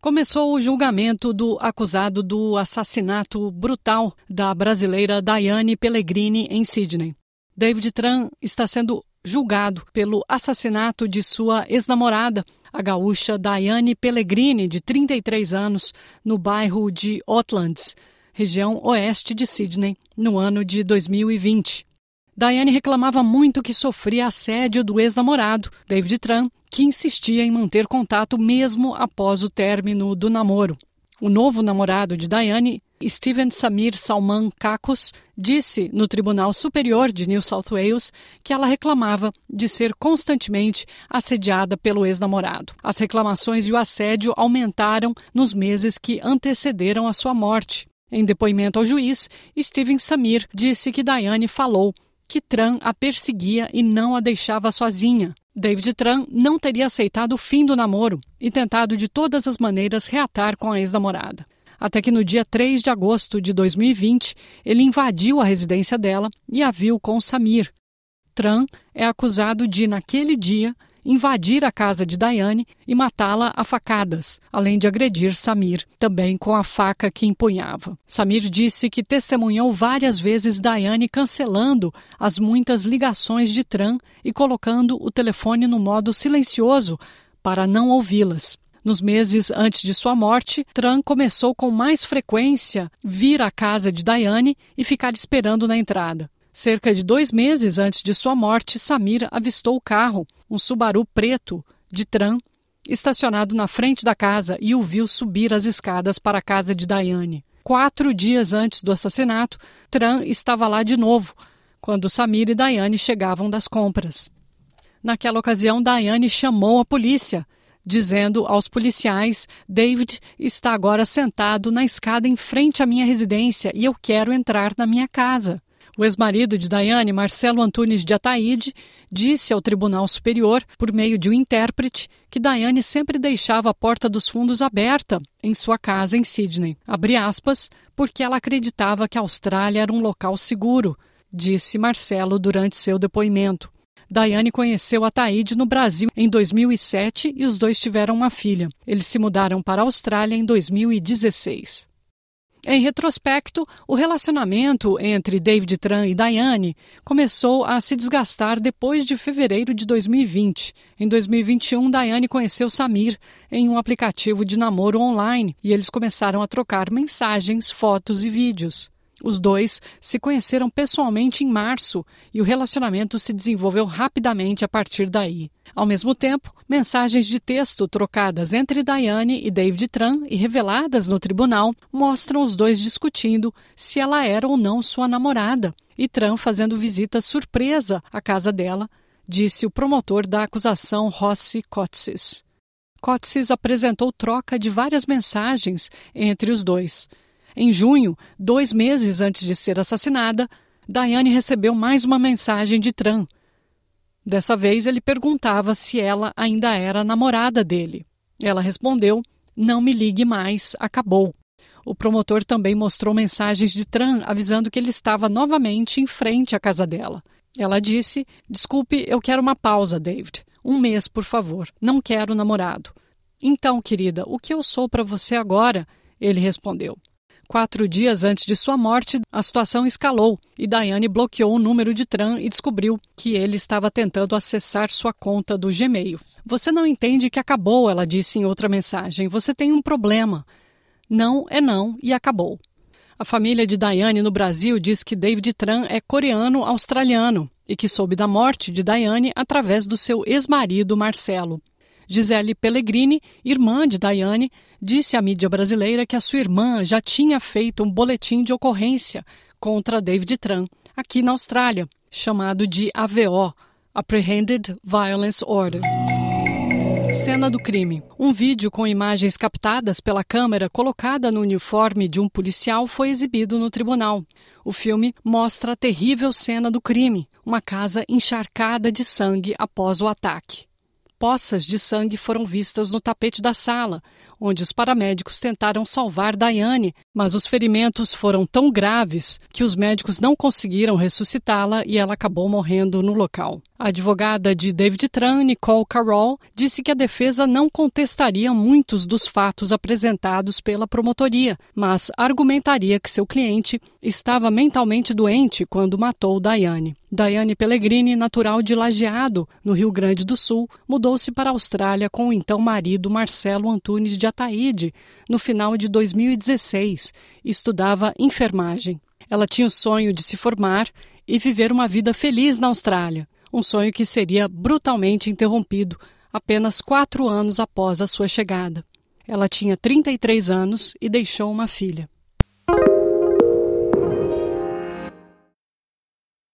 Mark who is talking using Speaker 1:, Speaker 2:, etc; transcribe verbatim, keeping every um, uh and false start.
Speaker 1: Começou o julgamento do acusado do assassinato brutal da brasileira Daiane Pellegrini em Sydney. David Tran está sendo julgado pelo assassinato de sua ex-namorada, a gaúcha Daiane Pellegrini, de trinta e três anos, no bairro de Oatlands, região oeste de Sydney, no ano de dois mil e vinte. Daiane reclamava muito que sofria assédio do ex-namorado, David Tran, que insistia em manter contato mesmo após o término do namoro. O novo namorado de Daiane, Steven Samir Salman Kakos, disse no Tribunal Superior de New South Wales que ela reclamava de ser constantemente assediada pelo ex-namorado. As reclamações e o assédio aumentaram nos meses que antecederam a sua morte. Em depoimento ao juiz, Steven Samir disse que Daiane falou que Tran a perseguia e não a deixava sozinha. David Tran não teria aceitado o fim do namoro e tentado de todas as maneiras reatar com a ex-namorada. Até que no dia três de agosto de dois mil e vinte, ele invadiu a residência dela e a viu com Samir. Tran é acusado de, naquele dia, invadir a casa de Daiane e matá-la a facadas, além de agredir Samir, também com a faca que empunhava. Samir disse que testemunhou várias vezes Daiane cancelando as muitas ligações de Tran e colocando o telefone no modo silencioso para não ouvi-las. Nos meses antes de sua morte, Tran começou com mais frequência vir à casa de Daiane e ficar esperando na entrada. Cerca de dois meses antes de sua morte, Samir avistou o carro, um Subaru preto de Tran, estacionado na frente da casa e o viu subir as escadas para a casa de Daiane. Quatro dias antes do assassinato, Tran estava lá de novo, quando Samir e Daiane chegavam das compras. Naquela ocasião, Daiane chamou a polícia, dizendo aos policiais: David está agora sentado na escada em frente à minha residência e eu quero entrar na minha casa. O ex-marido de Daiane, Marcelo Antunes de Ataíde, disse ao Tribunal Superior, por meio de um intérprete, que Daiane sempre deixava a porta dos fundos aberta em sua casa em Sydney, abre aspas, porque ela acreditava que a Austrália era um local seguro, disse Marcelo durante seu depoimento. Daiane conheceu Ataíde no Brasil em dois mil e sete e os dois tiveram uma filha. Eles se mudaram para a Austrália em dois mil e dezesseis. Em retrospecto, o relacionamento entre David Tran e Daiane começou a se desgastar depois de fevereiro de dois mil e vinte. Em dois mil e vinte e um, Daiane conheceu Samir em um aplicativo de namoro online e eles começaram a trocar mensagens, fotos e vídeos. Os dois se conheceram pessoalmente em março e o relacionamento se desenvolveu rapidamente a partir daí. Ao mesmo tempo, mensagens de texto trocadas entre Daiane e David Tran e reveladas no tribunal mostram os dois discutindo se ela era ou não sua namorada e Tran fazendo visita surpresa à casa dela, disse o promotor da acusação Rossi Kotsis. Kotsis apresentou troca de várias mensagens entre os dois. Em junho, dois meses antes de ser assassinada, Daiane recebeu mais uma mensagem de Tran. Dessa vez, ele perguntava se ela ainda era namorada dele. Ela respondeu: "Não me ligue mais, acabou." O promotor também mostrou mensagens de Tran avisando que ele estava novamente em frente à casa dela. Ela disse: "Desculpe, eu quero uma pausa, David. Um mês, por favor. Não quero namorado." "Então, querida, o que eu sou para você agora?" ele respondeu. Quatro dias antes de sua morte, a situação escalou e Daiane bloqueou o número de Tran e descobriu que ele estava tentando acessar sua conta do Gmail. "Você não entende que acabou", ela disse em outra mensagem. "Você tem um problema. Não é não e acabou." A família de Daiane no Brasil diz que David Tran é coreano-australiano e que soube da morte de Daiane através do seu ex-marido Marcelo. Gisele Pellegrini, irmã de Daiane, disse à mídia brasileira que a sua irmã já tinha feito um boletim de ocorrência contra David Tran, aqui na Austrália, chamado de A V O, Apprehended Violence Order. Cena do crime. Um vídeo com imagens captadas pela câmera colocada no uniforme de um policial foi exibido no tribunal. O filme mostra a terrível cena do crime, uma casa encharcada de sangue após o ataque. Poças de sangue foram vistas no tapete da sala, onde os paramédicos tentaram salvar Daiane, mas os ferimentos foram tão graves que os médicos não conseguiram ressuscitá-la e ela acabou morrendo no local. A advogada de David Tran, Nicole Carroll, disse que a defesa não contestaria muitos dos fatos apresentados pela promotoria, mas argumentaria que seu cliente estava mentalmente doente quando matou Daiane. Daiane Pellegrini, natural de Lajeado, no Rio Grande do Sul, mudou-se para a Austrália com o então marido Marcelo Antunes de Ataíde no final de dois mil e dezesseis e estudava enfermagem. Ela tinha o sonho de se formar e viver uma vida feliz na Austrália, um sonho que seria brutalmente interrompido apenas quatro anos após a sua chegada. Ela tinha trinta e três anos e deixou uma filha.